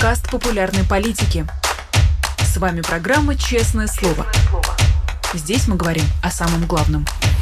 подкаст популярной политики. С вами программа «Честное слово». Здесь мы говорим о самом главном.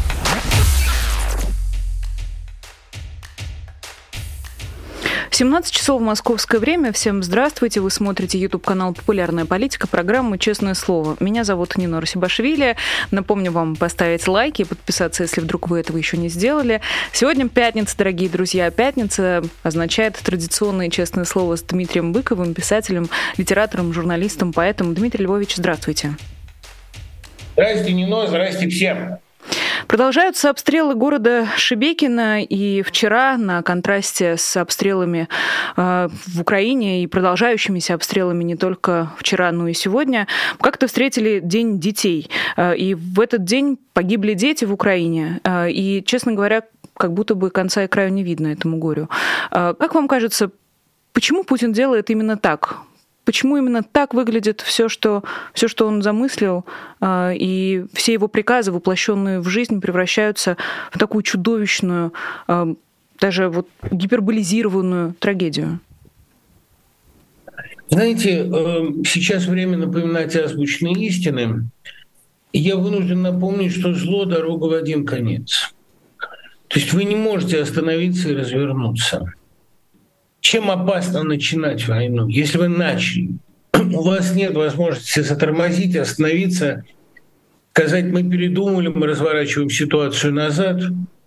17 часов московское время. Всем здравствуйте. Вы смотрите YouTube-канал «Популярная политика», программу «Честное слово». Меня зовут Нина Русибашвили. Напомню вам поставить лайки и подписаться, если вдруг вы этого еще не сделали. Сегодня пятница, дорогие друзья. Пятница означает традиционное «Честное слово» с Дмитрием Быковым, писателем, литератором, журналистом, поэтом. Дмитрий Львович, здравствуйте. Здрасте, Нино, здрасте всем. Продолжаются обстрелы города Шебекино, и вчера на контрасте с обстрелами в Украине и продолжающимися обстрелами не только вчера, но и сегодня, как-то встретили День детей. И в этот день погибли дети в Украине. И, честно говоря, как будто бы конца и краю не видно этому горю. Как вам кажется, почему Путин делает именно так? Почему именно так выглядит все, что он замыслил, и все его приказы, воплощенные в жизнь, превращаются в такую чудовищную, даже вот гиперболизированную трагедию? Знаете, сейчас время напоминать азбучные истины. Я вынужден напомнить, что зло — дорога в один конец. То есть вы не можете остановиться и развернуться. Чем опасно начинать войну? Если вы начали, у вас нет возможности затормозить, остановиться, сказать: мы передумали, мы разворачиваем ситуацию назад,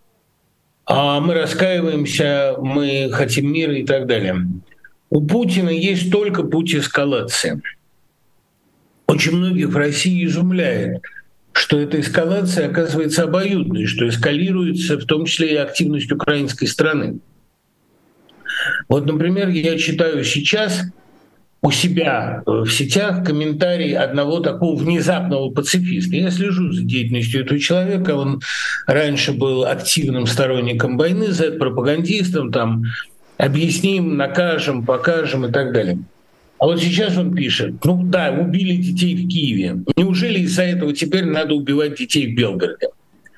а мы раскаиваемся, мы хотим мира и так далее. У Путина есть только путь эскалации. Очень многих в России изумляет, что эта эскалация оказывается обоюдной, что эскалируется в том числе и активность украинской страны. Вот, например, я читаю сейчас у себя в сетях комментарий одного такого внезапного пацифиста. Я слежу за деятельностью этого человека. Он раньше был активным сторонником войны, зет-пропагандистом, там, объясним, накажем, покажем и так далее. А вот сейчас он пишет: ну да, убили детей в Киеве. Неужели из-за этого теперь надо убивать детей в Белгороде?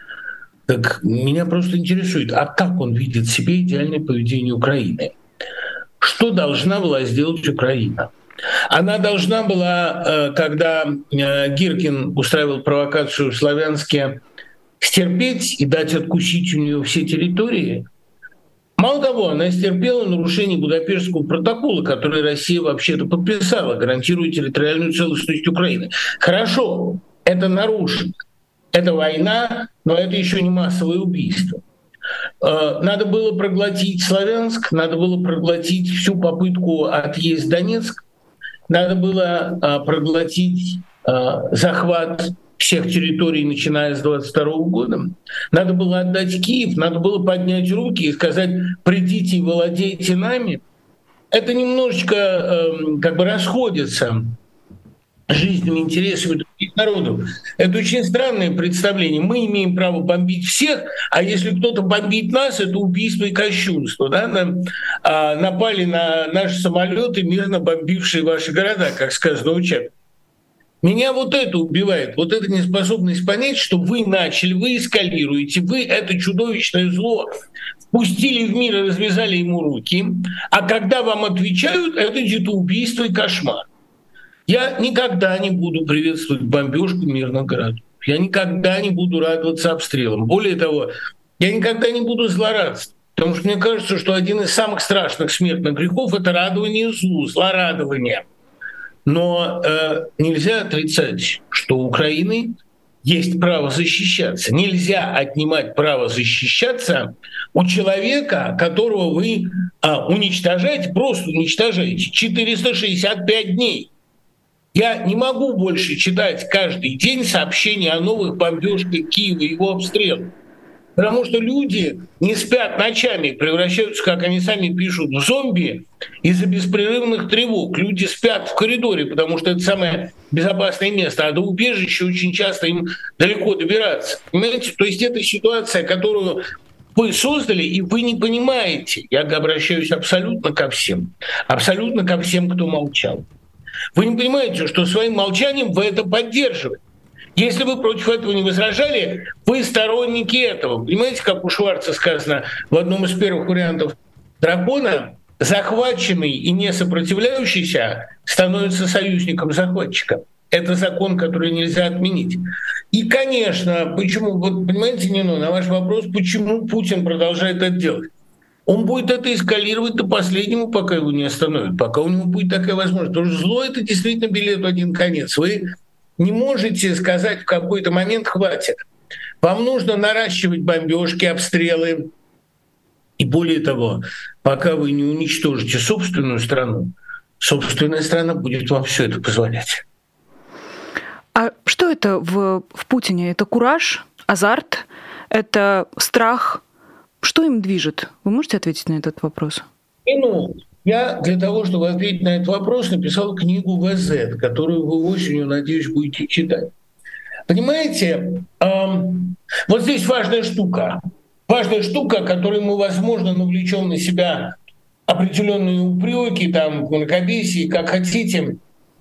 Так меня просто интересует, а как он видит в себе идеальное поведение Украины? Что должна была сделать Украина? Она должна была, когда Гиркин устраивал провокацию в Славянске, стерпеть и дать откусить у нее все территории? Мало того, она стерпела нарушение Будапештского протокола, который Россия вообще-то подписала, гарантируя территориальную целостность Украины. Хорошо, это нарушено. Это война, но это еще не массовое убийство. Надо было проглотить Славянск, надо было проглотить всю попытку отъесть Донецк, надо было проглотить захват всех территорий, начиная с 22 года. Надо было отдать Киев, надо было поднять руки и сказать: придите и владейте нами. Это немножечко как бы расходится жизненными интересами других народов. Это очень странное представление. Мы имеем право бомбить всех, а если кто-то бомбит нас, это убийство и кощунство. Да? Напали на наши самолеты, мирно бомбившие ваши города, как сказано у чата. Меня вот это убивает, вот эта неспособность понять, что вы начали, вы эскалируете, вы это чудовищное зло впустили в мир и развязали ему руки, а когда вам отвечают, это где-то убийство и кошмар. Я никогда не буду приветствовать бомбежку мирных городов. Я никогда не буду радоваться обстрелам. Более того, я никогда не буду злорадствовать. Потому что мне кажется, что один из самых страшных смертных грехов — это радование злу, злорадование. Но нельзя отрицать, что у Украины есть право защищаться. Нельзя отнимать право защищаться у человека, которого вы уничтожаете, просто уничтожаете 465 дней. Я не могу больше читать каждый день сообщения о новых бомбежках Киева и его обстрелах. Потому что люди не спят ночами, превращаются, как они сами пишут, в зомби из-за беспрерывных тревог. Люди спят в коридоре, потому что это самое безопасное место, а до убежища очень часто им далеко добираться. Понимаете? То есть это ситуация, которую вы создали, и вы не понимаете. Я обращаюсь абсолютно ко всем, кто молчал. Вы не понимаете, что своим молчанием вы это поддерживаете. Если вы против этого не возражали, вы сторонники этого. Понимаете, как у Шварца сказано в одном из первых вариантов «Дракона», захваченный и не сопротивляющийся становится союзником захватчика. Это закон, который нельзя отменить. И, конечно, почему, вот понимаете, Нино, на ваш вопрос, почему Путин продолжает это делать? Он будет это эскалировать до последнего, пока его не остановят, пока у него будет такая возможность. Потому что зло — это действительно билет в один конец. Вы не можете сказать в какой-то момент «хватит». Вам нужно наращивать бомбежки, обстрелы. И более того, пока вы не уничтожите собственную страну, собственная страна будет вам все это позволять. А что это в Путине? Это кураж, азарт, это страх? Что им движет? Вы можете ответить на этот вопрос? Я для того, чтобы ответить на этот вопрос, написал книгу «ВЗ», которую вы осенью, надеюсь, будете читать. Понимаете, вот здесь важная штука, которой мы, возможно, навлечем на себя определенные упреки, там, мракобесие, как хотите.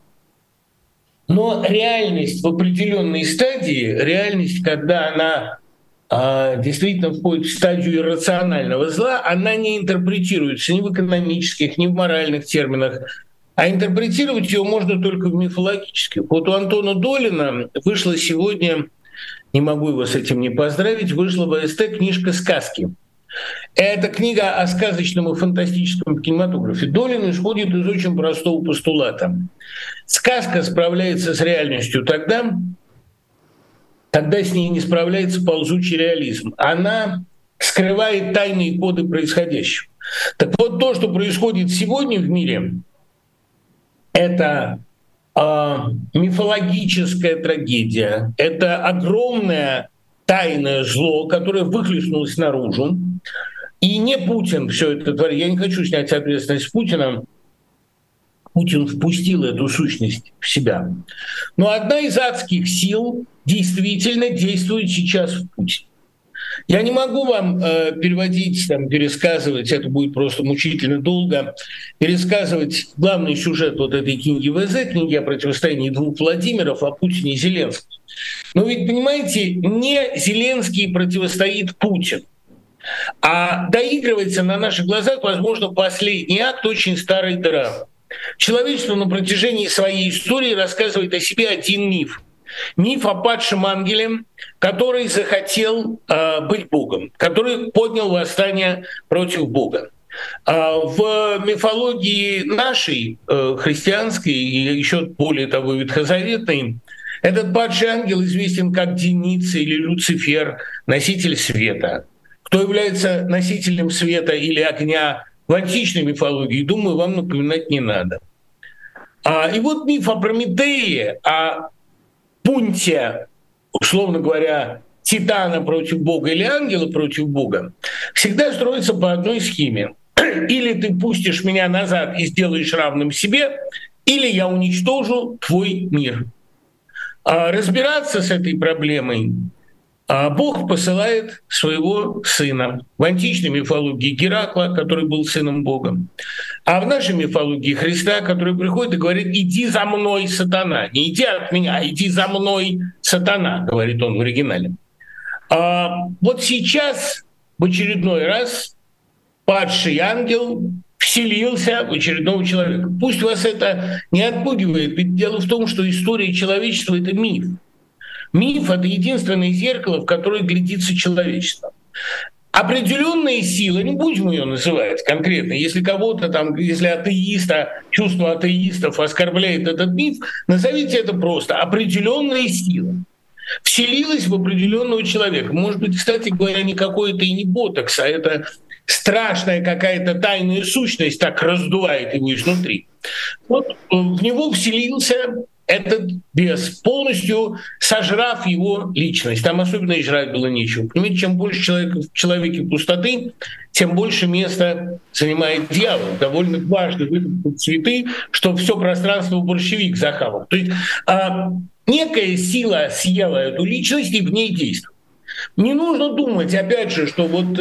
Но реальность в определенной стадии, реальность, когда она действительно входит в стадию иррационального зла, она не интерпретируется ни в экономических, ни в моральных терминах, а интерпретировать ее можно только в мифологических. Вот у Антона Долина вышла сегодня, не могу его с этим не поздравить, вышла в АСТ книжка «Сказки». Это книга о сказочном и фантастическом кинематографе. Долин исходит из очень простого постулата. Сказка справляется с реальностью тогда, когда с ней не справляется ползучий реализм. Она скрывает тайные коды происходящего. Так вот, то, что происходит сегодня в мире, это мифологическая трагедия, это огромное тайное зло, которое выхлестнулось наружу. И не Путин все это творит. Я не хочу снять ответственность с Путина. Путин впустил эту сущность в себя. Но одна из адских сил действительно действует сейчас в Путине. Я не могу вам переводить, пересказывать, это будет просто мучительно долго, пересказывать главный сюжет вот этой книги ВЗ, книги о противостоянии двух Владимиров, о Путине и Зеленском. Но ведь, понимаете, не Зеленский противостоит Путину, а доигрывается на наших глазах, возможно, последний акт очень старой драмы. Человечество на протяжении своей истории рассказывает о себе один миф. Миф о падшем ангеле, который захотел быть Богом, который поднял восстание против Бога. В мифологии нашей, христианской и еще более того ветхозаветной, этот падший ангел известен как Деница или Люцифер, носитель света. Кто является носителем света или огня в античной мифологии, думаю, вам напоминать не надо. И вот миф о Прометее, о бунте, условно говоря, титана против Бога или ангела против Бога, всегда строится по одной схеме. Или ты пустишь меня назад и сделаешь равным себе, или я уничтожу твой мир. Разбираться с этой проблемой Бог посылает своего сына. В античной мифологии Геракла, который был сыном Бога. А в нашей мифологии Христа, который приходит и говорит: «Иди за мной, сатана». Не иди от меня, а иди за мной, сатана, говорит он в оригинале. Вот сейчас в очередной раз падший ангел вселился в очередного человека. Пусть вас это не отпугивает, ведь дело в том, что история человечества — это миф. Миф — это единственное зеркало, в которое глядится человечество. Определенные силы, не будем ее называть конкретно, если кого-то там, если атеиста, чувство атеистов оскорбляет этот миф, назовите это просто определенные силы. Вселилась в определенного человека. Может быть, кстати говоря, не какой-то и не ботокс, а это страшная какая-то тайная сущность так раздувает его изнутри. Вот в него вселился этот бес, полностью сожрав его личность. Там особенно и жрать было нечего. Понимаете, чем больше человека в человеке пустоты, тем больше места занимает дьявол. Довольно важно выпустить цветы, чтобы все пространство большевик захавал. То есть некая сила съела эту личность и в ней действует. Не нужно думать, опять же, что вот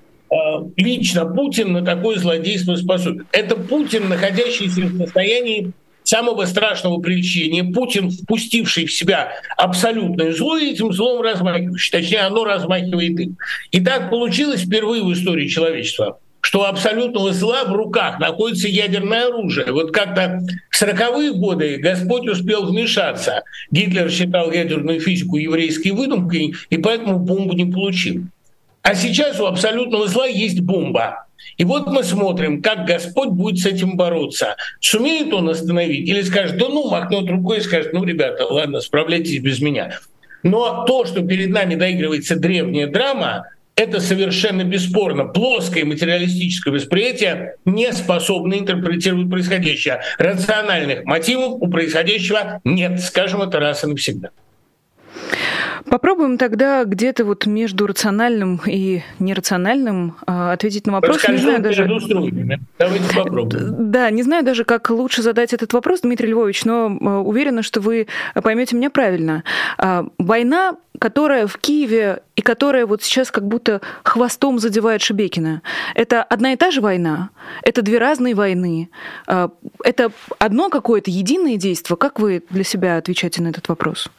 лично Путин на такое злодейство способен. Это Путин, находящийся в состоянии самого страшного прельщения, Путин, впустивший в себя абсолютное зло, и этим злом размахивающий. Точнее, оно размахивает им. И так получилось впервые в истории человечества. что у абсолютного зла в руках находится ядерное оружие. Вот как-то в 40-е годы Господь успел вмешаться. Гитлер считал ядерную физику еврейской выдумкой, и поэтому бомбу не получил. А сейчас у абсолютного зла есть бомба. И вот мы смотрим, как Господь будет с этим бороться. Сумеет он остановить или скажет, да ну, махнет рукой и скажет, ну, ребята, ладно, справляйтесь без меня. Но то, что перед нами доигрывается древняя драма, это совершенно бесспорно. Плоское материалистическое восприятие не способно интерпретировать происходящее. Рациональных мотивов у происходящего нет, скажем это раз и навсегда. Попробуем тогда где-то вот между рациональным и нерациональным ответить на вопрос. Не знаю даже... Давайте попробуем. Да, не знаю даже, как лучше задать этот вопрос, Дмитрий Львович, но уверена, что вы поймете меня правильно. Война, которая в Киеве и которая вот сейчас как будто хвостом задевает Шебекина, это одна и та же война? Это две разные войны? Это одно какое-то единое действие? Как вы для себя отвечаете на этот вопрос?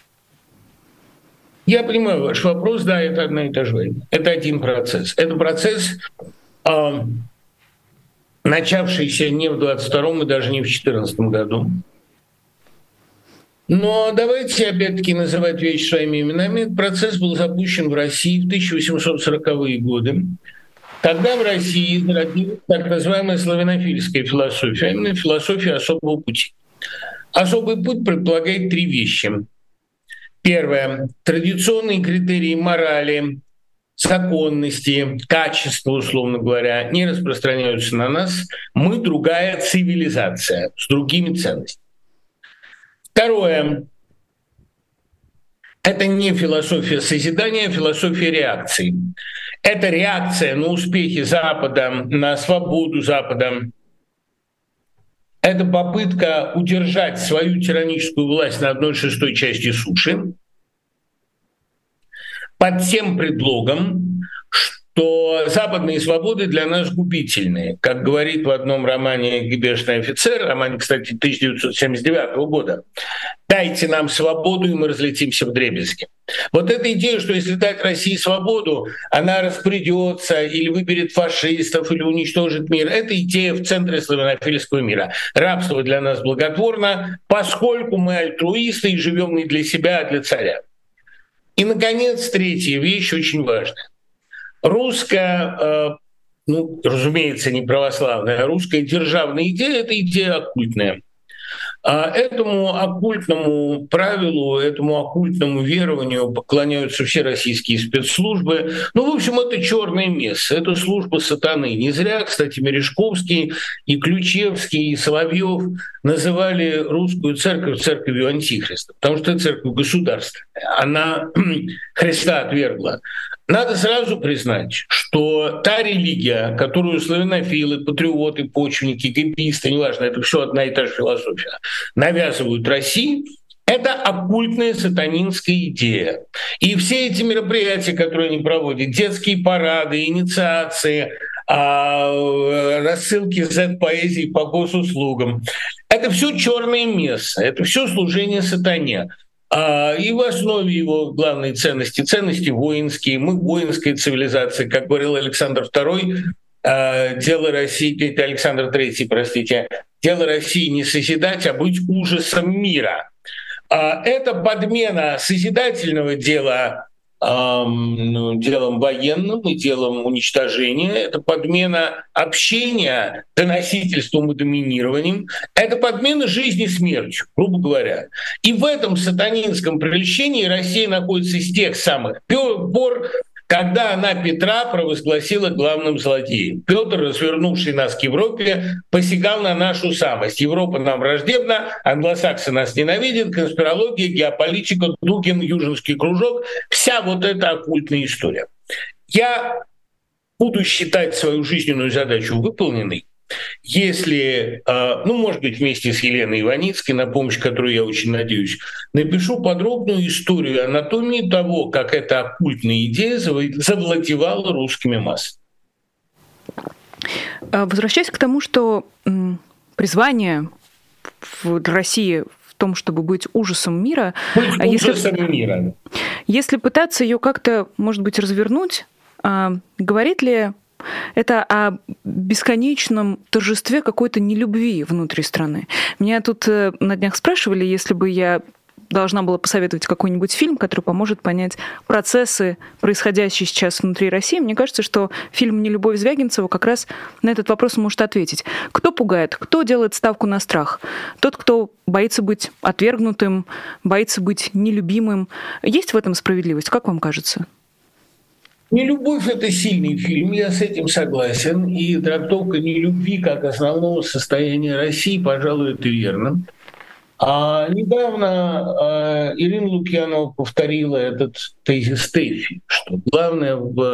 Я понимаю ваш вопрос, да, это одна и та же война. Это один процесс. Это процесс, начавшийся не в 22-м и даже не в 14-м году. Но давайте опять-таки называть вещи своими именами. Этот процесс был запущен в России в 1840-е годы. Тогда в России зародилась так называемая славянофильская философия, а именно философия особого пути. Особый путь предполагает три вещи. Первое. Традиционные критерии морали, законности, качества, условно говоря, не распространяются на нас. Мы другая цивилизация с другими ценностями. Второе. Это не философия созидания, а философия реакции. Это реакция на успехи Запада, на свободу Запада. Это попытка удержать свою тираническую власть на 1/6 части суши под тем предлогом, что западные свободы для нас губительны. Как говорит в одном романе «ГБшный офицер», романе, кстати, 1979 года, «Дайте нам свободу, и мы разлетимся вдребезги». Вот эта идея, что если дать России свободу, она распридется или выберет фашистов, или уничтожит мир, это идея в центре славянофильского мира. Рабство для нас благотворно, поскольку мы альтруисты и живем не для себя, а для царя. И, наконец, третья вещь очень важная. Русская, разумеется, не православная, а русская державная идея — это идея оккультная. Этому оккультному правилу, этому оккультному верованию поклоняются все российские спецслужбы. В общем, это черное место, это служба сатаны. Не зря, кстати, Мережковский и Ключевский, и Соловьев называли русскую церковь церковью Антихриста, потому что это церковь государственная. Она Христа отвергла. Надо сразу признать, что та религия, которую славянофилы, патриоты, почвенники, гиписты, неважно, это все одна и та же философия, навязывают России, это оккультная сатанинская идея. И все эти мероприятия, которые они проводят, детские парады, инициации, рассылки Z-поэзии по госуслугам, это все черное место, это все служение сатане. И в основе его главные ценности, ценности воинские. Мы воинская цивилизация, как говорил Александр II, дело России, Александр III, простите, дело России не созидать, а быть ужасом мира. Это подмена созидательного дела делом военным и делом уничтожения, это подмена общения доносительством и доминированием, это подмена жизни смертью, грубо говоря. И в этом сатанинском прельщении Россия находится с тех самых пор, когда она Петра провозгласила главным злодеем. Петр, развернувший нас к Европе, посягал на нашу самость. Европа нам враждебна, англосаксы нас ненавидят, конспирология, геополитика, Дугин, Южинский кружок — вся вот эта оккультная история. Я буду считать свою жизненную задачу выполненной, если, может быть, вместе с Еленой Иваницкой, на помощь которой я очень надеюсь, напишу подробную историю анатомии того, как эта оккультная идея завладевала русскими массами. Возвращаясь к тому, что призвание в России в том, чтобы быть ужасом мира, если пытаться ее как-то, может быть, развернуть, говорит ли Это о бесконечном торжестве какой-то нелюбви внутри страны. Меня тут на днях спрашивали, если бы я должна была посоветовать какой-нибудь фильм, который поможет понять процессы, происходящие сейчас внутри России. Мне кажется, что фильм «Нелюбовь» Звягинцева как раз на этот вопрос может ответить. Кто пугает? Кто делает ставку на страх? Тот, кто боится быть отвергнутым, боится быть нелюбимым. Есть в этом справедливость? Как вам кажется? «Нелюбовь» — это сильный фильм, я с этим согласен. И трактовка нелюбви как основного состояния России, пожалуй, это верно. А недавно Ирина Лукьянова повторила этот тезис ТЭФИ, что главное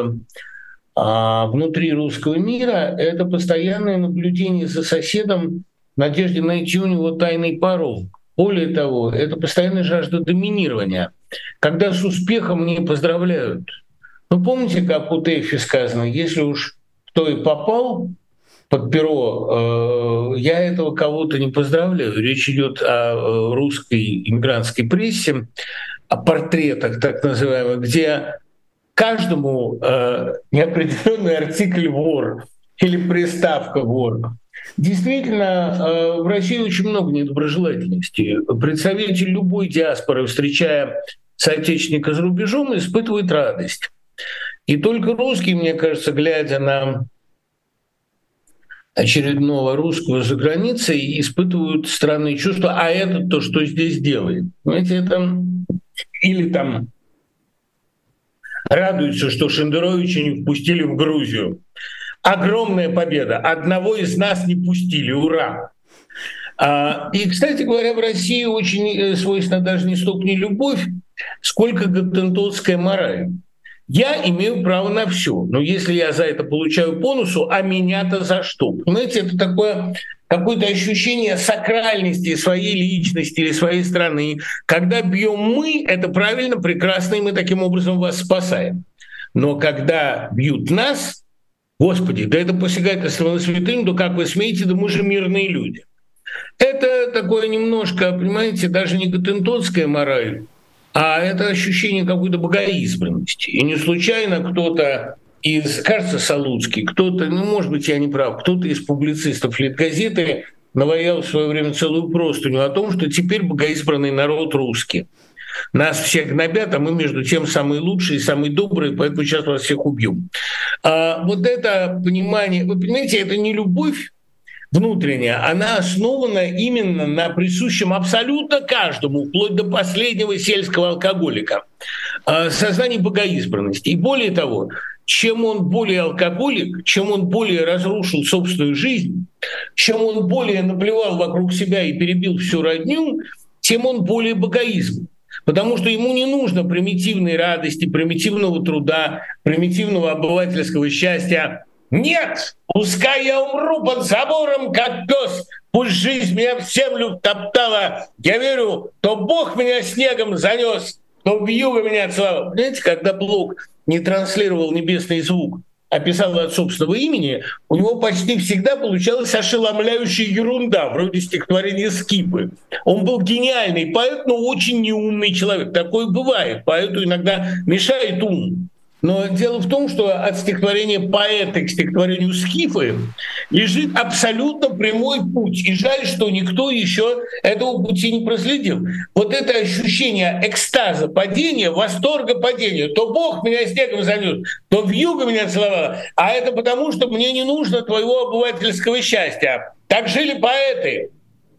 внутри русского мира — это постоянное наблюдение за соседом в надежде найти у него тайный порог. Более того, это постоянная жажда доминирования, когда с успехом не поздравляют. Ну, помните, как у ТЭФИ сказано, если уж кто и попал под перо, я этого кого-то не поздравляю. Речь идет о русской иммигрантской прессе, о портретах так называемых, где каждому неопределенный артикль «вор» или приставка «вор». Действительно, в России очень много недоброжелательности. Представитель любой диаспоры, встречая соотечественника за рубежом, испытывает радость. И только русские, мне кажется, глядя на очередного русского за границей, испытывают странные чувства, а этот-то что здесь делает? Понимаете, это или там радуются, что Шендеровича не впустили в Грузию. Огромная победа. Одного из нас не пустили. Ура! И, кстати говоря, в России очень свойственна даже не столько не любовь, сколько готтентотская мораль. Я имею право на все, но если я за это получаю бонусу, а меня-то за что? Понимаете, это такое какое-то ощущение сакральности своей личности или своей страны. Когда бьем мы, это правильно, прекрасно, и мы таким образом вас спасаем. Но когда бьют нас, Господи, да это посягательство на святыню, да как вы смеете, да мы же мирные люди. Это такое немножко, понимаете, даже не готтентотская мораль, а это ощущение какой-то богоизбранности. И не случайно кто-то из, кажется, Салуцкий, кто-то, ну, может быть, я не прав, кто-то из публицистов «Литгазеты» наваял в свое время целую простыню о том, что теперь богоизбранный народ русский. Нас всех гнобят, а мы, между тем, самые лучшие, самые добрые, поэтому сейчас вас всех убьем. Вот это понимание, вы понимаете, это не любовь внутренняя, она основана именно на присущем абсолютно каждому, вплоть до последнего сельского алкоголика, сознании богоизбранности. И более того, чем он более алкоголик, чем он более разрушил собственную жизнь, чем он более наплевал вокруг себя и перебил всю родню, тем он более богоизбран. Потому что ему не нужно примитивной радости, примитивного труда, примитивного обывательского счастья. Нет! Пускай я умру под забором, как пес, пусть жизнь меня в землю втоптала. Я верю, то Бог меня снегом занес, то вьюга меня целовал. Знаете, когда Блок не транслировал небесный звук, а писал от собственного имени, у него почти всегда получалась ошеломляющая ерунда, вроде стихотворения «Скипы». Он был гениальный поэт, но очень неумный человек. Такое бывает. Поэту иногда мешает ум. Но дело в том, что от стихотворения поэта к стихотворению «Скифы» лежит абсолютно прямой путь. И жаль, что никто еще этого пути не проследил. Вот это ощущение экстаза падения, восторга падения. То Бог меня снегом занес, то вьюга меня целовала. А это потому, что мне не нужно твоего обывательского счастья. Так жили поэты.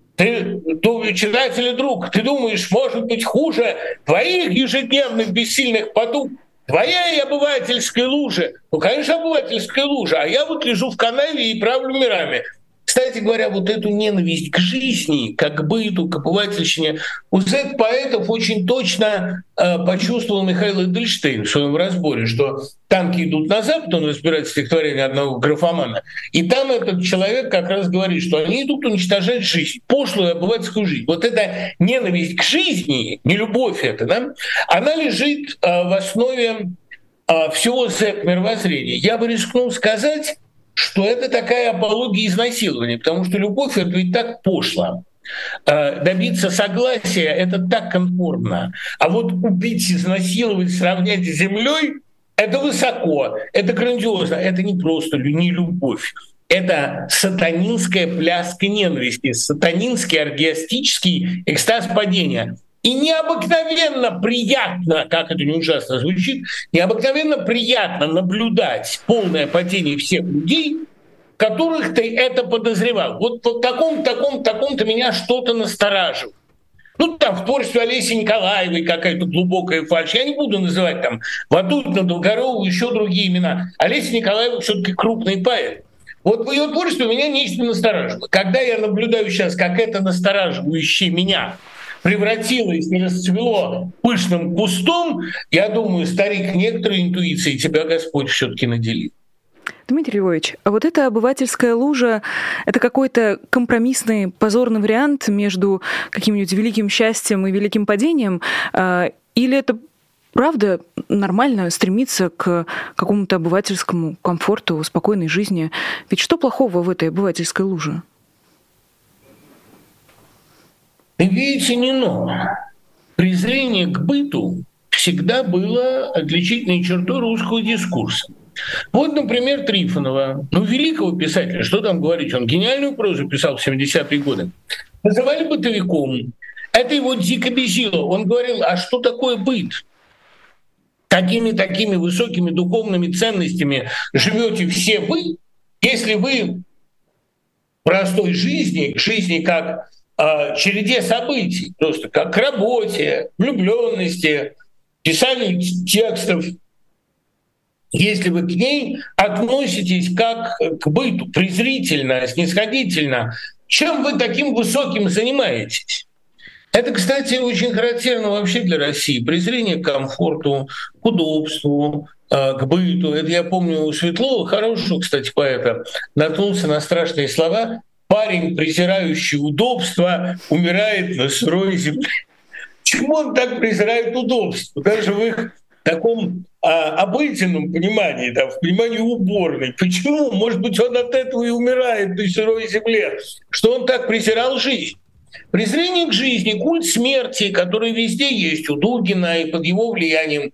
Ты, читатель и друг, ты думаешь, может быть хуже твоих ежедневных бессильных потуг? Твоя и обывательская лужа. Ну, конечно, обывательская лужа. А я вот лежу в канаве и правлю мирами. Кстати говоря, вот эту ненависть к жизни, как к быту, к обывательщине, у поэтов очень точно почувствовал Михаил Эдельштейн в своем разборе, что танки идут на запад, он разбирает стихотворение одного графомана, и там этот человек как раз говорит, что они идут уничтожать жизнь, пошлую обывательскую жизнь. Вот эта ненависть к жизни, не любовь это, да, она лежит в основе всего мировоззрения. Я бы рискнул сказать, что это такая апология изнасилования, потому что любовь — это ведь так пошло. Добиться согласия — это так комфортно. А вот убить, изнасиловать, сравнять с землей Это высоко, это грандиозно, это не просто не любовь. Это сатанинская пляска ненависти, сатанинский оргиастический экстаз падения. И необыкновенно приятно, как это не ужасно звучит, необыкновенно приятно наблюдать полное падение всех людей, которых ты это подозревал. Вот в таком-то меня что-то настораживает. Ну, там в творчестве Олеси Николаевой какая-то глубокая фальшь. Я не буду называть там Ватутина, Долгорову, еще другие имена. Олеся Николаева все-таки крупный поэт. Вот в ее творчестве меня нечто настораживало. Когда я наблюдаю сейчас, как это настораживающее меня превратилось и расцвело пышным кустом, я думаю, старик, некоторой интуиции тебя Господь все-таки наделил. Дмитрий Львович, а вот эта обывательская лужа — это какой-то компромиссный, позорный вариант между каким-нибудь великим счастьем и великим падением? Или это правда нормально стремиться к какому-то обывательскому комфорту, спокойной жизни? Ведь что плохого в этой обывательской луже? Видите, не но. Презрение к быту всегда было отличительной чертой русского дискурса. Вот, например, Трифонова, великого писателя, что там говорить, он гениальную прозу писал в 70-е годы, называли бытовиком. Это его дико бесило. Он говорил, а что такое быт? Какими такими высокими духовными ценностями живете все вы, если вы простой жизни, к жизни как череде событий, просто как к работе, влюбленности, писанию текстов, если вы к ней относитесь как к быту, презрительно, снисходительно, чем вы таким высоким занимаетесь? Это, кстати, очень характерно вообще для России. Презрение к комфорту, к удобству, к быту. Это я помню у Светлова, хорошего, кстати, поэта, наткнулся на страшные слова: «Парень, презирающий удобство, умирает на сырой земле». Почему он так презирает удобство? Даже в их таком обыденном понимании, там, в понимании уборной. Почему? Может быть, он от этого и умирает на сырой земле, что он так презирал жизнь. Презрение к жизни, культ смерти, который везде есть у Дугина, и под его влиянием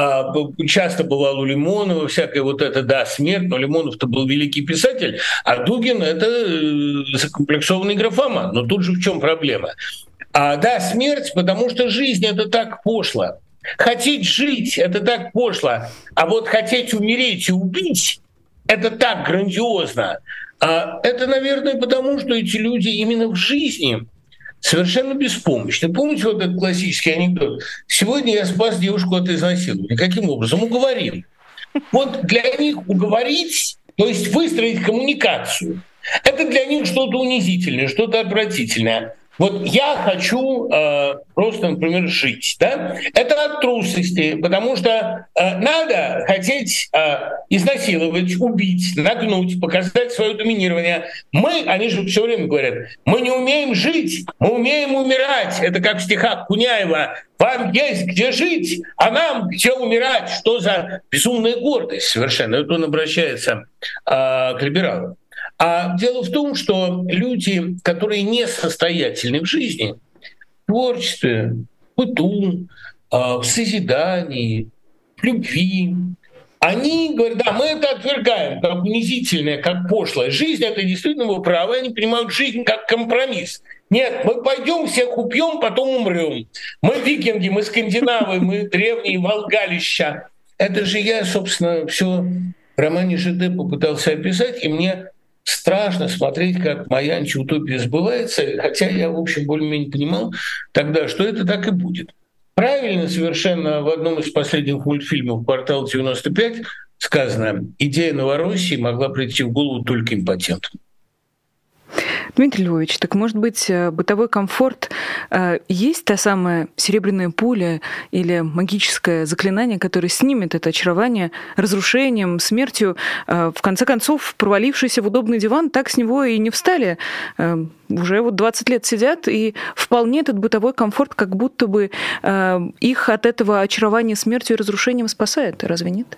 часто бывал у Лимонова, всякая вот эта, да, смерть, но Лимонов-то был великий писатель, а Дугин — это закомплексованный графоман. Но тут же в чем проблема? Да, смерть, потому что жизнь — это так пошло. Хотеть жить — это так пошло, а вот хотеть умереть и убить — это так грандиозно. Это, наверное, потому что эти люди именно в жизни совершенно беспомощны. Помните вот этот классический анекдот? Сегодня я спас девушку от изнасилования. Каким образом? Уговорил. Вот для них уговорить, то есть выстроить коммуникацию, это для них что-то унизительное, что-то отвратительное. Вот я хочу просто, например, жить. Да? Это от трусости, потому что надо хотеть изнасиловать, убить, нагнуть, показать свое доминирование. Они же все время говорят, мы не умеем жить, мы умеем умирать. Это как в стихах Куняева: «Вам есть где жить, а нам где умирать». Что за безумная гордость совершенно. Это он обращается к либералам. А дело в том, что люди, которые несостоятельны в жизни, в творчестве, в быту, в созидании, в любви, они говорят, да, мы это отвергаем как унизительное, как пошлое. Жизнь — это действительно его право, они понимают жизнь как компромисс. Нет, мы пойдем всех убьем, потом умрем. Мы викинги, мы скандинавы, мы древние волгалища. Это же я, собственно, все в романе ЖД попытался описать, и мне страшно смотреть, как моя антиутопия сбывается, хотя я, в общем, более-менее понимал тогда, что это так и будет. Правильно совершенно в одном из последних мультфильмов «Квартал 95» сказано: идея Новороссии могла прийти в голову только импотентам. Дмитрий Львович, так может быть, бытовой комфорт есть та самая серебряная пуля или магическое заклинание, которое снимет это очарование разрушением, смертью? В конце концов, провалившийся в удобный диван, так с него и не встали. Уже вот 20 лет сидят, и вполне этот бытовой комфорт как будто бы их от этого очарования смертью и разрушением спасает. Разве нет?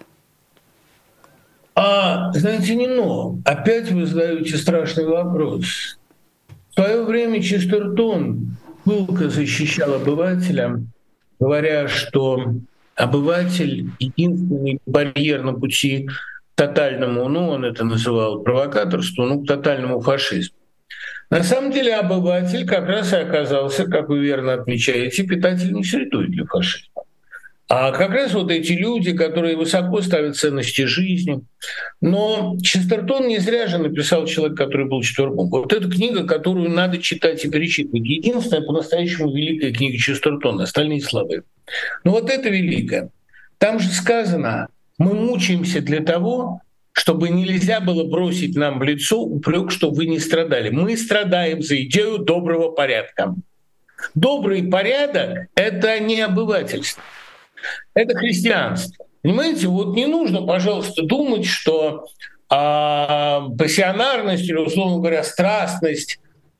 Знаете, не но. Опять вы задаете страшный вопрос. В свое время Честертон пылко защищал обывателя, говоря, что обыватель — единственный барьер на пути к тотальному, он это называл провокаторству, к тотальному фашизму. На самом деле обыватель как раз и оказался, как вы верно отмечаете, питательной средой для фашизма. А как раз вот эти люди, которые высоко ставят ценности жизни. Но Честертон не зря же написал «Человек, который был четвергом». Вот эта книга, которую надо читать и перечитывать. Единственная по-настоящему великая книга Честертона, остальные слабые. Но вот это великая. Там же сказано: мы мучаемся для того, чтобы нельзя было бросить нам в лицо упрек, что вы не страдали. Мы страдаем за идею доброго порядка. Добрый порядок — это не обывательство. Это христианство. Понимаете, вот не нужно, пожалуйста, думать, что пассионарность или, условно говоря, страстность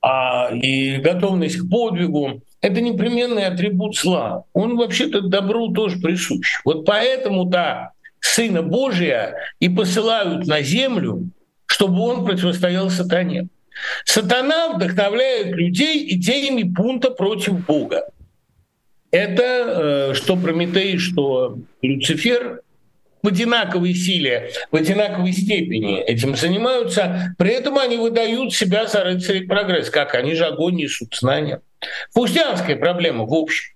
и готовность к подвигу — это непременный атрибут зла. Он вообще-то добру тоже присущ. Вот поэтому-то Сына Божия и посылают на землю, чтобы он противостоял сатане. Сатана вдохновляет людей идеями бунта против Бога. Это что Прометей, что Люцифер в одинаковой силе, в одинаковой степени этим занимаются. При этом они выдают себя за рыцарей прогресса. Как? Они же огонь несут, знания. Фаустианская проблема в общем.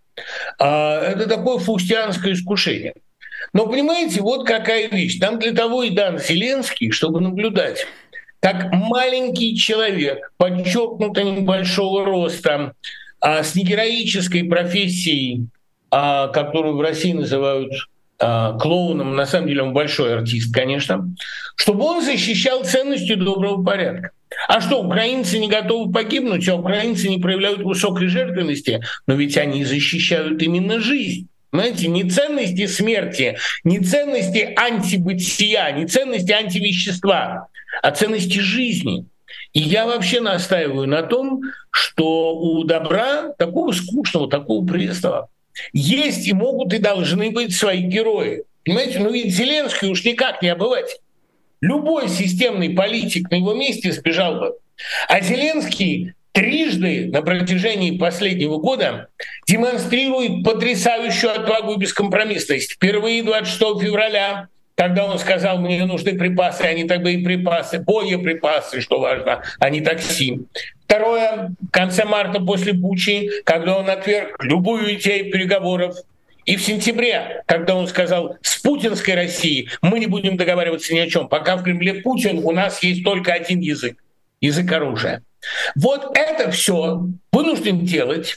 Это такое фаустианское искушение. Но понимаете, вот какая вещь. Там для того и дан Зеленский, чтобы наблюдать, как маленький человек, подчеркнуто небольшого роста, с негероической профессией, которую в России называют клоуном, на самом деле он большой артист, конечно, чтобы он защищал ценности доброго порядка. А что, украинцы не готовы погибнуть, а украинцы не проявляют высокой жертвенности, но ведь они защищают именно жизнь. Знаете, не ценности смерти, не ценности антибытия, не ценности антивещества, а ценности жизни. И я вообще настаиваю на том, что у добра, такого скучного, такого пресного, есть и могут и должны быть свои герои. Понимаете, ведь Зеленский уж никак не обыватель. Любой системный политик на его месте сбежал бы. А Зеленский трижды на протяжении последнего года демонстрирует потрясающую отвагу и бескомпромиссность. Впервые 26 февраля, когда он сказал: мне нужны припасы, а не так боеприпасы, боеприпасы, что важно, а не такси. Второе, в конце марта после Бучи, когда он отверг любую идею переговоров. И в сентябре, когда он сказал: с путинской Россией мы не будем договариваться ни о чем. Пока в Кремле Путин, у нас есть только один язык — язык оружия. Вот это все вынужден делать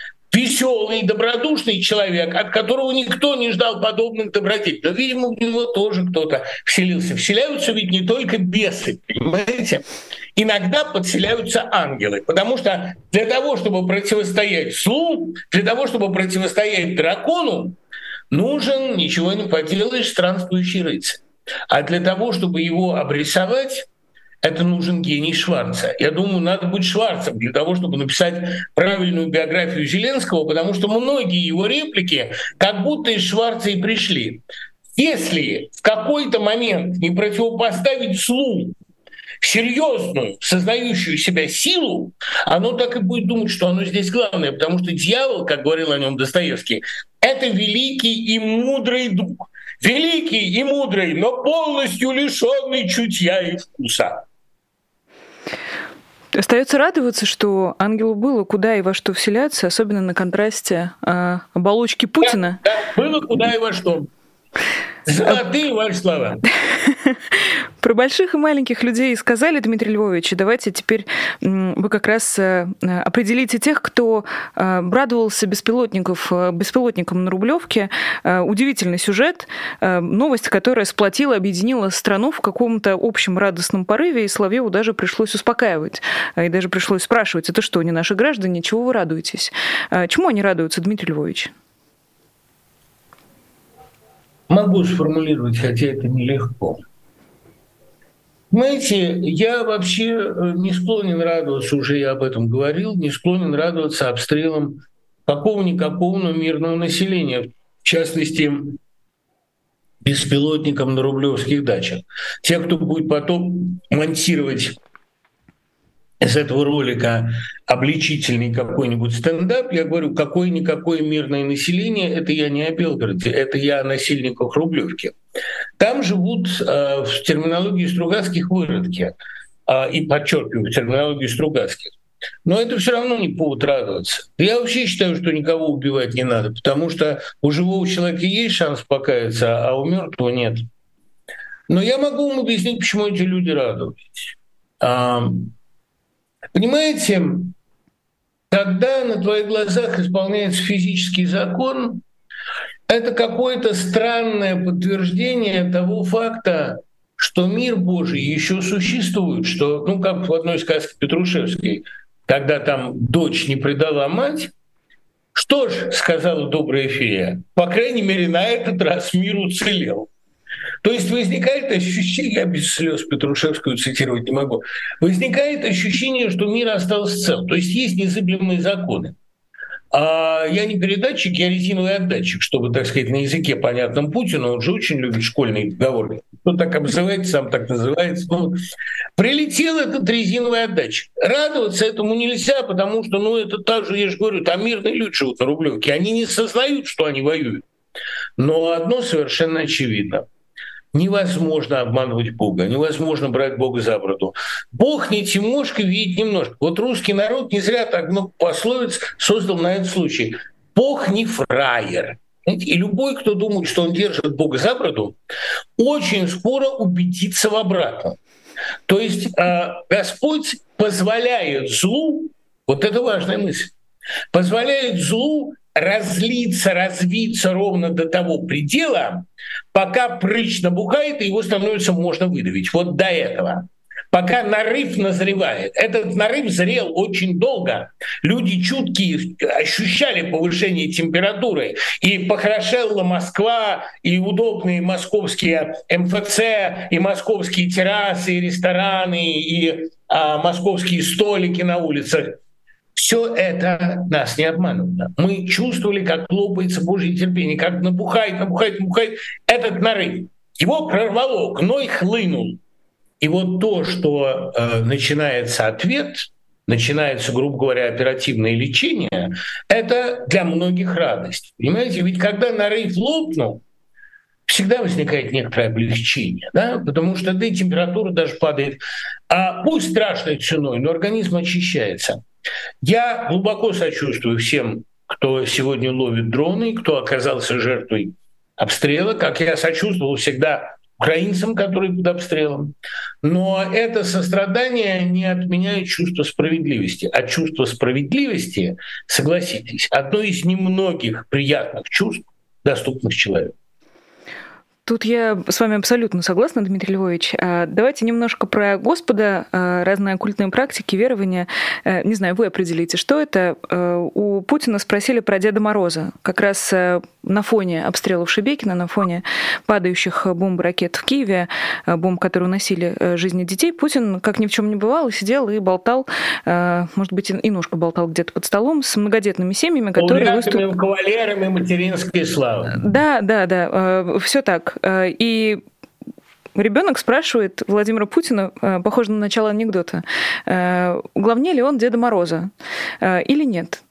веселый, добродушный человек, от которого никто не ждал подобных добродетелей. Но, видимо, у него тоже кто-то вселился. Вселяются ведь не только бесы, понимаете? Иногда подселяются ангелы, потому что для того, чтобы противостоять злу, для того, чтобы противостоять дракону, нужен, ничего не поделаешь, странствующий рыцарь. А для того, чтобы его обрисовать, это нужен гений Шварца. Я думаю, надо быть Шварцем для того, чтобы написать правильную биографию Зеленского, потому что многие его реплики как будто из Шварца и пришли. Если в какой-то момент не противопоставить злу серьезную, сознающую себя силу, оно так и будет думать, что оно здесь главное, потому что дьявол, как говорил о нем Достоевский, это великий и мудрый дух. Великий и мудрый, но полностью лишенный чутья и вкуса. Остается радоваться, что ангелу было куда и во что вселяться, особенно на контрасте оболочки Путина. Да, было куда и во что. Золотые ваши слова. Про больших и маленьких людей сказали, Дмитрий Львович. Давайте теперь вы как раз определите тех, кто радовался беспилотникам на Рублевке. Удивительный сюжет, новость, которая сплотила, объединила страну в каком-то общем радостном порыве, и Соловьеву даже пришлось успокаивать. И даже пришлось спрашивать: это что, не наши граждане, чего вы радуетесь? Чему они радуются, Дмитрий Львович? Могу сформулировать, хотя это нелегко. Знаете, я вообще не склонен радоваться, уже я об этом говорил, не склонен радоваться обстрелам какого-никакого, но мирного населения, в частности, беспилотникам на рублевских дачах. Те, кто будет потом монтировать из этого ролика обличительный какой-нибудь стендап, я говорю, какое-никакое мирное население, это я не о Белгороде, это я о насильниках Рублевки. Там живут в терминологии Стругацких выродки, и подчеркиваю, в терминологии Стругацких. Но это все равно не повод радоваться. Я вообще считаю, что никого убивать не надо, потому что у живого человека есть шанс покаяться, а у мертвого нет. Но я могу вам объяснить, почему эти люди радуются. Понимаете, когда на твоих глазах исполняется физический закон, это какое-то странное подтверждение того факта, что мир Божий еще существует, что, ну, как в одной сказке Петрушевской, когда там дочь не предала мать, что ж, сказала добрая фея, по крайней мере, на этот раз мир уцелел. То есть возникает ощущение, я без слез Петрушевскую цитировать не могу, возникает ощущение, что мир остался цел. То есть есть незыблемые законы. А я не передатчик, я резиновый отдатчик, чтобы, так сказать, на языке понятном Путину, он же очень любит школьные договоры. Кто так обзывается, сам так называется. Ну, прилетел этот резиновый отдатчик. Радоваться этому нельзя, потому что, ну, это так же, я же говорю, там мирные люди живут на Рублевке, они не сознают, что они воюют. Но одно совершенно очевидно. Невозможно обманывать Бога, невозможно брать Бога за бороду. Бог не Тимошка, видит немножко. Вот русский народ не зря так много пословиц создал на этот случай. Бог не фраер. И любой, кто думает, что он держит Бога за бороду, очень скоро убедится в обратном. То есть Господь позволяет злу, вот это важная мысль, позволяет злу разлиться, развиться ровно до того предела, пока прыщ набухает, и его становится можно выдавить. Вот до этого. Пока нарыв назревает. Этот нарыв зрел очень долго. Люди чуткие ощущали повышение температуры. И похорошела Москва, и удобные московские МФЦ, и московские террасы, и рестораны, и московские столики на улицах. Все это нас не обманывало. Мы чувствовали, как лопается Божье терпение, как набухает этот нарыв. Его прорвало, гной хлынул. И вот то, что начинается ответ, начинается, грубо говоря, оперативное лечение, это для многих радость. Понимаете, ведь когда нарыв лопнул, всегда возникает некоторое облегчение, да? Потому что да, и температура даже падает. А пусть страшной ценой, но организм очищается. Я глубоко сочувствую всем, кто сегодня ловит дроны, кто оказался жертвой обстрела, как я сочувствовал всегда украинцам, которые под обстрелом. Но это сострадание не отменяет чувство справедливости. А чувство справедливости, согласитесь, одно из немногих приятных чувств, доступных человеку. Тут я с вами абсолютно согласна, Дмитрий Львович. Давайте немножко про Господа, разные оккультные практики, верования. Не знаю, вы определите, что это. У Путина спросили про Деда Мороза. Как раз на фоне обстрелов Шебекина, на фоне падающих бомб и ракет в Киеве, бомб, которые уносили жизни детей, Путин, как ни в чем не бывало, сидел и болтал, может быть, и ножку болтал где-то под столом с многодетными семьями, которые выступили... кавалерами материнской славы. Да, все так. И ребенок спрашивает Владимира Путина, похоже на начало анекдота, главнее ли он Деда Мороза или нет?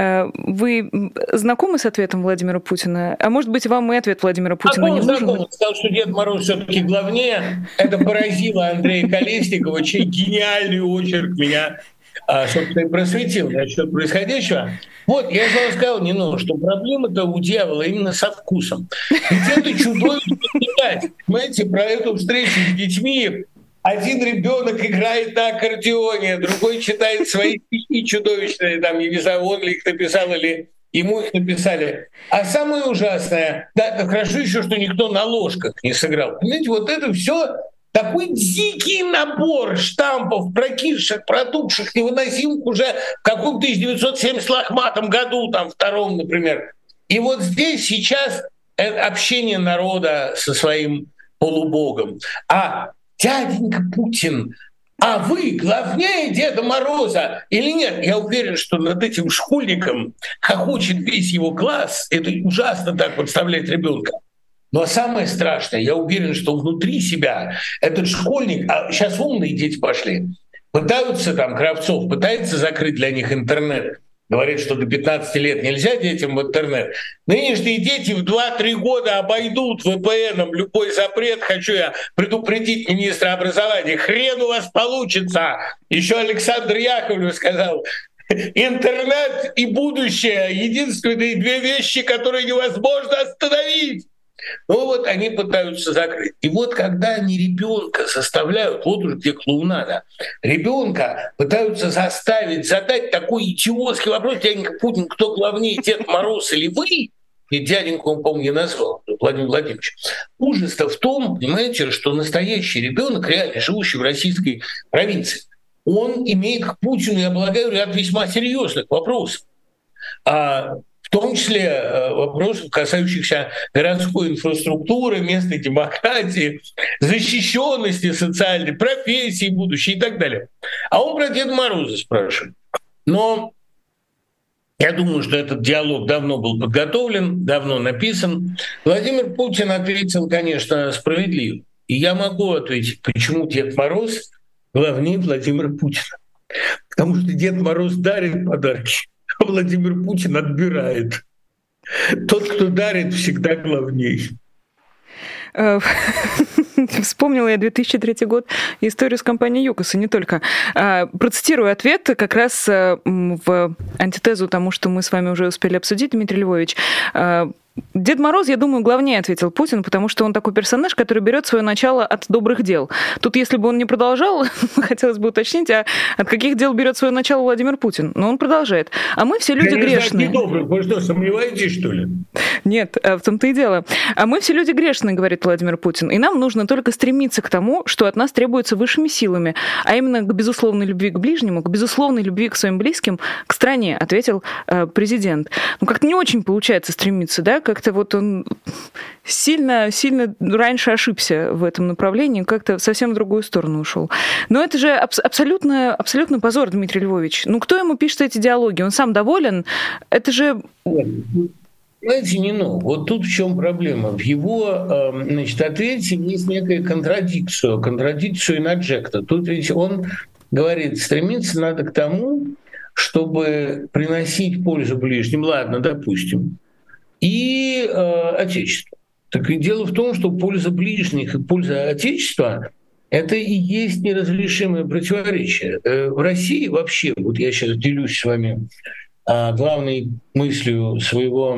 Вы знакомы с ответом Владимира Путина? А может быть, вам и ответ Владимира Путина не нужен? Он сказал, что Дед Мороз все-таки главнее. Это поразило Андрея Колесникова, чей гениальный очерк меня, собственно, и просветил насчет происходящего. Вот, я же вам сказал, Нино, что проблема-то у дьявола именно со вкусом. Ведь это чудовищно читать. Понимаете, про эту встречу с детьми один ребенок играет на аккордеоне, другой читает свои стихи чудовищные, там, я не знаю, он ли их написал или ему их написали. А самое ужасное, да, хорошо еще, что никто на ложках не сыграл. Понимаете, вот это все такой дикий набор штампов, прокисших, протухших, невыносимых уже в каком-то 1970 лохматом году, там, втором, например. И вот здесь сейчас общение народа со своим полубогом. А дяденька Путин, а вы главнее Деда Мороза или нет? Я уверен, что над этим школьником хохочет весь его класс. Это ужасно так подставлять ребенка. Но самое страшное, я уверен, что внутри себя этот школьник, а сейчас умные дети пошли, Пытаются там, Кравцов пытается закрыть для них интернет. Говорит, что до 15 лет нельзя детям в интернет. Нынешние дети в 2-3 года обойдут VPN-ом любой запрет. Хочу я предупредить министра образования. Хрен у вас получится. Еще Александр Яковлев сказал, интернет и будущее — единственные две вещи, которые невозможно остановить. Ну вот они пытаются закрыть. И вот когда они ребенка заставляют, вот уже где клоунада, ребенка пытаются заставить задать такой идиотский вопрос: дяденька Путин, кто главнее, Дед Мороз или вы? И дяденьку он, по-моему, не назвал, Владимир Владимирович. Ужас-то в том, понимаете, что настоящий ребенок, реально живущий в российской провинции, он имеет к Путину, я полагаю, ряд весьма серьезных вопросов. В том числе вопросов, касающихся городской инфраструктуры, местной демократии, защищенности социальной, профессии будущей и так далее. А он про Деда Мороза спрашивает. Но я думаю, что этот диалог давно был подготовлен, давно написан. Владимир Путин ответил, конечно, справедливо. И я могу ответить, почему Дед Мороз главнее Владимира Путина. Потому что Дед Мороз дарит подарки, а Владимир Путин отбирает. Тот, кто дарит, всегда главней. Вспомнила я 2003 год, историю с компанией ЮКОС, и не только. Процитирую ответ как раз в антитезу тому, что мы с вами уже успели обсудить, Дмитрий Львович. Дед Мороз, я думаю, главнее, ответил Путин, потому что он такой персонаж, который берет свое начало от добрых дел. Тут, если бы он не продолжал, хотелось бы уточнить, а от каких дел берет свое начало Владимир Путин? Но он продолжает. А мы все люди грешные. Недобрых. Вы что, сомневаетесь, что ли? Нет, в том-то и дело. А мы все люди грешные, говорит Владимир Путин, и нам нужно только стремиться к тому, что от нас требуется высшими силами, а именно к безусловной любви к ближнему, к безусловной любви к своим близким, к стране, ответил президент. Ну, как-то не очень получается стремиться, да? Как-то вот он сильно раньше ошибся в этом направлении, как-то совсем в другую сторону ушел. Но это же абсолютно позор, Дмитрий Львович. Ну, кто ему пишет эти диалоги? Он сам доволен? Это же... Знаете, вот тут в чем проблема. В его ответе есть некая контрадикция in adjecto. Тут ведь он говорит, стремиться надо к тому, чтобы приносить пользу ближним, ладно, допустим, и Отечеству. Так и дело в том, что польза ближних и польза Отечества — это и есть неразрешимое противоречие. В России вообще, вот я сейчас делюсь с вами главной мыслью своего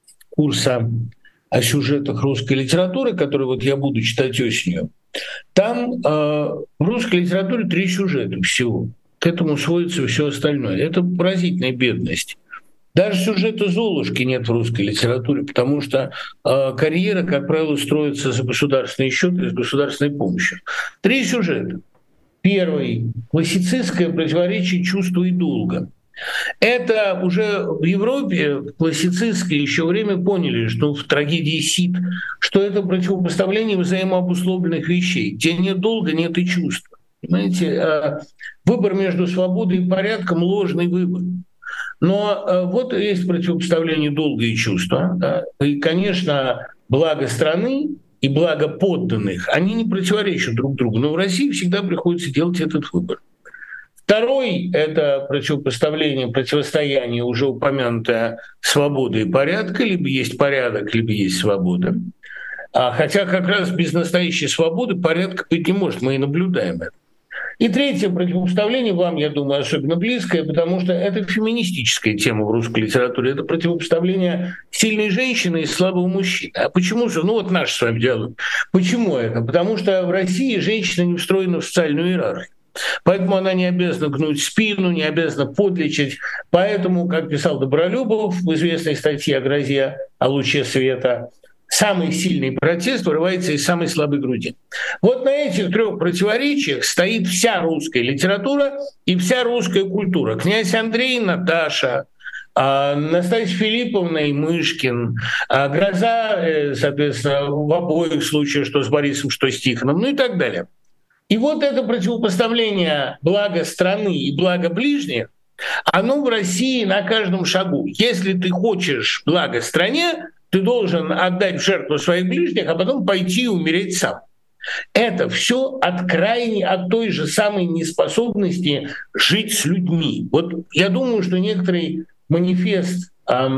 курса о сюжетах русской литературы, который вот я буду читать осенью. Там в русской литературе 3 сюжета всего. К этому сводится все остальное. Это поразительная бедность. Даже сюжета Золушки нет в русской литературе, потому что карьера, как правило, строится за государственный счет и с государственной помощью. 3 сюжета. Первый — классицистское противоречие чувства и долга. Это уже в Европе в классицистское еще время поняли, что в трагедии Сид, что это противопоставление взаимообусловленных вещей. Где нет долга, нет и чувства. Понимаете, выбор между свободой и порядком — ложный выбор. Но вот есть противопоставление долга и чувства. Да? И, конечно, благо страны и благо подданных, они не противоречат друг другу. Но в России всегда приходится делать этот выбор. Второй — это противостояние, уже упомянутое, свободы и порядка. Либо есть порядок, либо есть свобода. Хотя как раз без настоящей свободы порядка быть не может. Мы и наблюдаем это. И третье противопоставление вам, я думаю, особенно близкое, потому что это феминистическая тема в русской литературе. Это противопоставление сильной женщины и слабого мужчины. А почему же? Ну вот наш с вами диалог. Почему это? Потому что в России женщина не встроена в социальную иерархию. Поэтому она не обязана гнуть спину, не обязана подлечить. Поэтому, как писал Добролюбов в известной статье о грозе, о луче света, самый сильный протест вырывается из самой слабой груди. Вот на этих 3 противоречиях стоит вся русская литература и вся русская культура. Князь Андрей, Наташа, Настасья Филипповна и Мышкин, гроза, соответственно, в обоих случаях, что с Борисом, что с Тихоном, ну и так далее. И вот это противопоставление блага страны и блага ближних, оно в России на каждом шагу. Если ты хочешь блага стране, ты должен отдать в жертву своих ближних, а потом пойти и умереть сам. Это все от той же самой неспособности жить с людьми. Вот я думаю, что некоторый манифест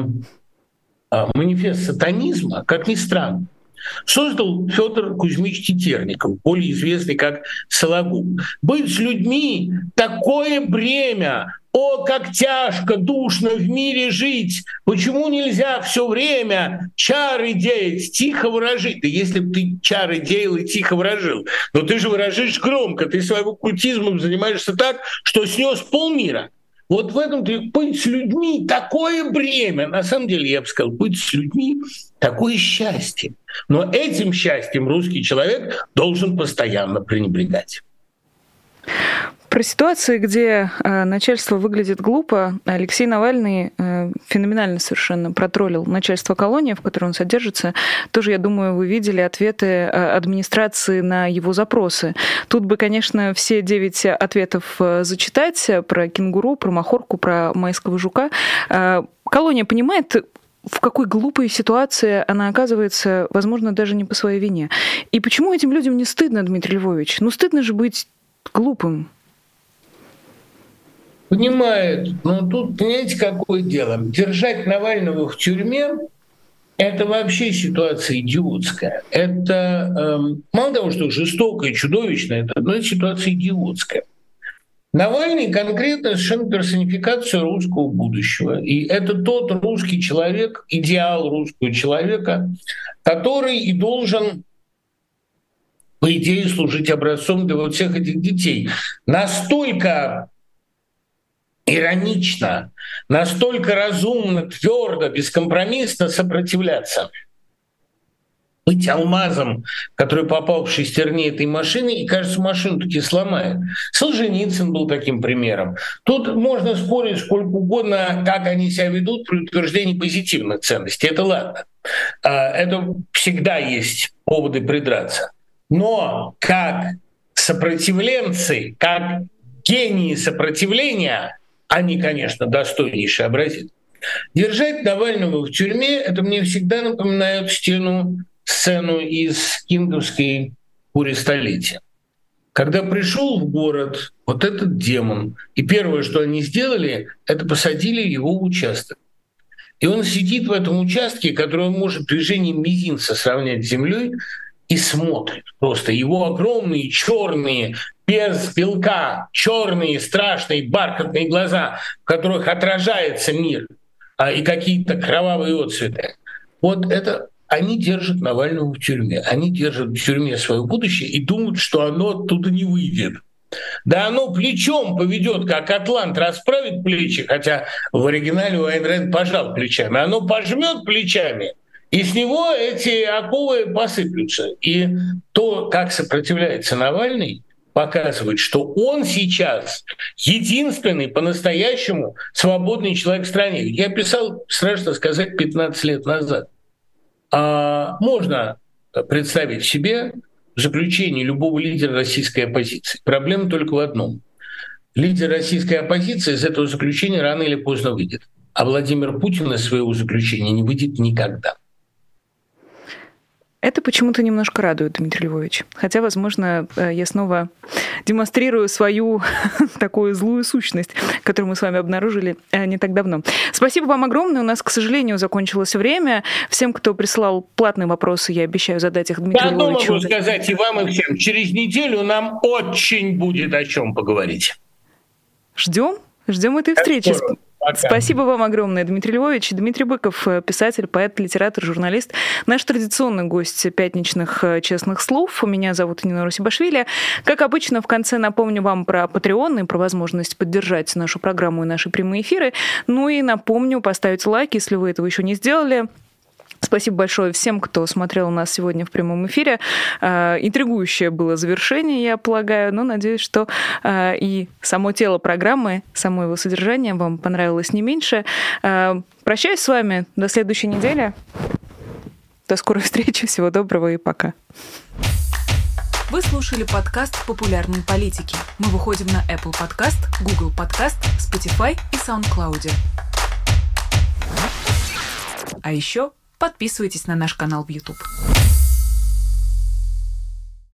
сатанизма, как ни странно, создал Федор Кузьмич Тетерников, более известный как Сологуб. Быть с людьми — такое бремя. О, как тяжко, душно в мире жить! Почему нельзя все время чары деять, тихо выражить? Да если бы ты чары деял и тихо выражил, но ты же выражаешь громко, ты своим оккультизмом занимаешься так, что снес полмира. Вот в этом быть с людьми — такое бремя. На самом деле, я бы сказал, быть с людьми — такое счастье. Но этим счастьем русский человек должен постоянно пренебрегать. Про ситуации, где начальство выглядит глупо, Алексей Навальный феноменально совершенно протроллил начальство колонии, в которой он содержится. Тоже, я думаю, вы видели ответы администрации на его запросы. Тут бы, конечно, все 9 ответов зачитать про кенгуру, про махорку, про майского жука. Колония понимает, в какой глупой ситуации она оказывается, возможно, даже не по своей вине. И почему этим людям не стыдно, Дмитрий Львович? Ну, стыдно же быть глупым. Понимает, но тут, понимаете, какое дело? Держать Навального в тюрьме — это вообще ситуация идиотская. Это мало того, что жестокая, чудовищная, это ситуация идиотская. Навальный конкретно совершенно персонификация русского будущего. И это тот русский человек, идеал русского человека, который и должен, по идее, служить образцом для вот всех этих детей. Настолько иронично, настолько разумно, твердо, бескомпромиссно сопротивляться. Быть алмазом, который попал в шестерни этой машины, и, кажется, машину таки сломает. Солженицын был таким примером. Тут можно спорить сколько угодно, как они себя ведут при утверждении позитивных ценностей. Это ладно. Это всегда есть поводы придраться. Но как сопротивленцы, как гении сопротивления, они, конечно, достойнейший образец. Держать Навального в тюрьме — это мне всегда напоминает сцену из кинговской «Бури столетия». Когда пришел в город вот этот демон, и первое, что они сделали, это посадили его в участок. И он сидит в этом участке, который он может движением мизинца сравнять с землей, и смотрит просто. Его огромные черные, без белка, черные, страшные, бархатные глаза, в которых отражается мир, и какие-то кровавые отцветы. Вот это они держат Навального в тюрьме. Они держат в тюрьме свое будущее и думают, что оно оттуда не выйдет. Да оно плечом поведет, как атлант расправит плечи, хотя в оригинале Айн Рэнд пожал плечами. Оно пожмет плечами, и с него эти оковы посыплются. И то, как сопротивляется Навальный, показывает, что он сейчас единственный по-настоящему свободный человек в стране. Я писал, страшно сказать, 15 лет назад. Можно представить себе заключение любого лидера российской оппозиции. Проблема только в одном. Лидер российской оппозиции из этого заключения рано или поздно выйдет. А Владимир Путин из своего заключения не выйдет никогда. Это почему-то немножко радует, Дмитрий Львович. Хотя, возможно, я снова демонстрирую свою такую злую сущность, которую мы с вами обнаружили не так давно. Спасибо вам огромное. У нас, к сожалению, закончилось время. Всем, кто присылал платные вопросы, я обещаю задать их Дмитрию Львовичу. Я могу сказать и вам, и всем. Через неделю нам очень будет о чем поговорить. Ждем этой встречи. Пока. Спасибо вам огромное, Дмитрий Львович. Дмитрий Быков, писатель, поэт, литератор, журналист. Наш традиционный гость пятничных «Честных слов». Меня зовут Нина Русибашвили. Как обычно, в конце напомню вам про Patreon и про возможность поддержать нашу программу и наши прямые эфиры. Ну и напомню поставить лайк, если вы этого еще не сделали. Спасибо большое всем, кто смотрел нас сегодня в прямом эфире. Интригующее было завершение, я полагаю, но надеюсь, что и само тело программы, само его содержание вам понравилось не меньше. Прощаюсь с вами до следующей недели. До скорой встречи, всего доброго и пока. Вы слушали подкаст «Популярные политики». Мы выходим на Apple Podcast, Google Podcast, Spotify и SoundCloud. А еще подписывайтесь на наш канал в YouTube.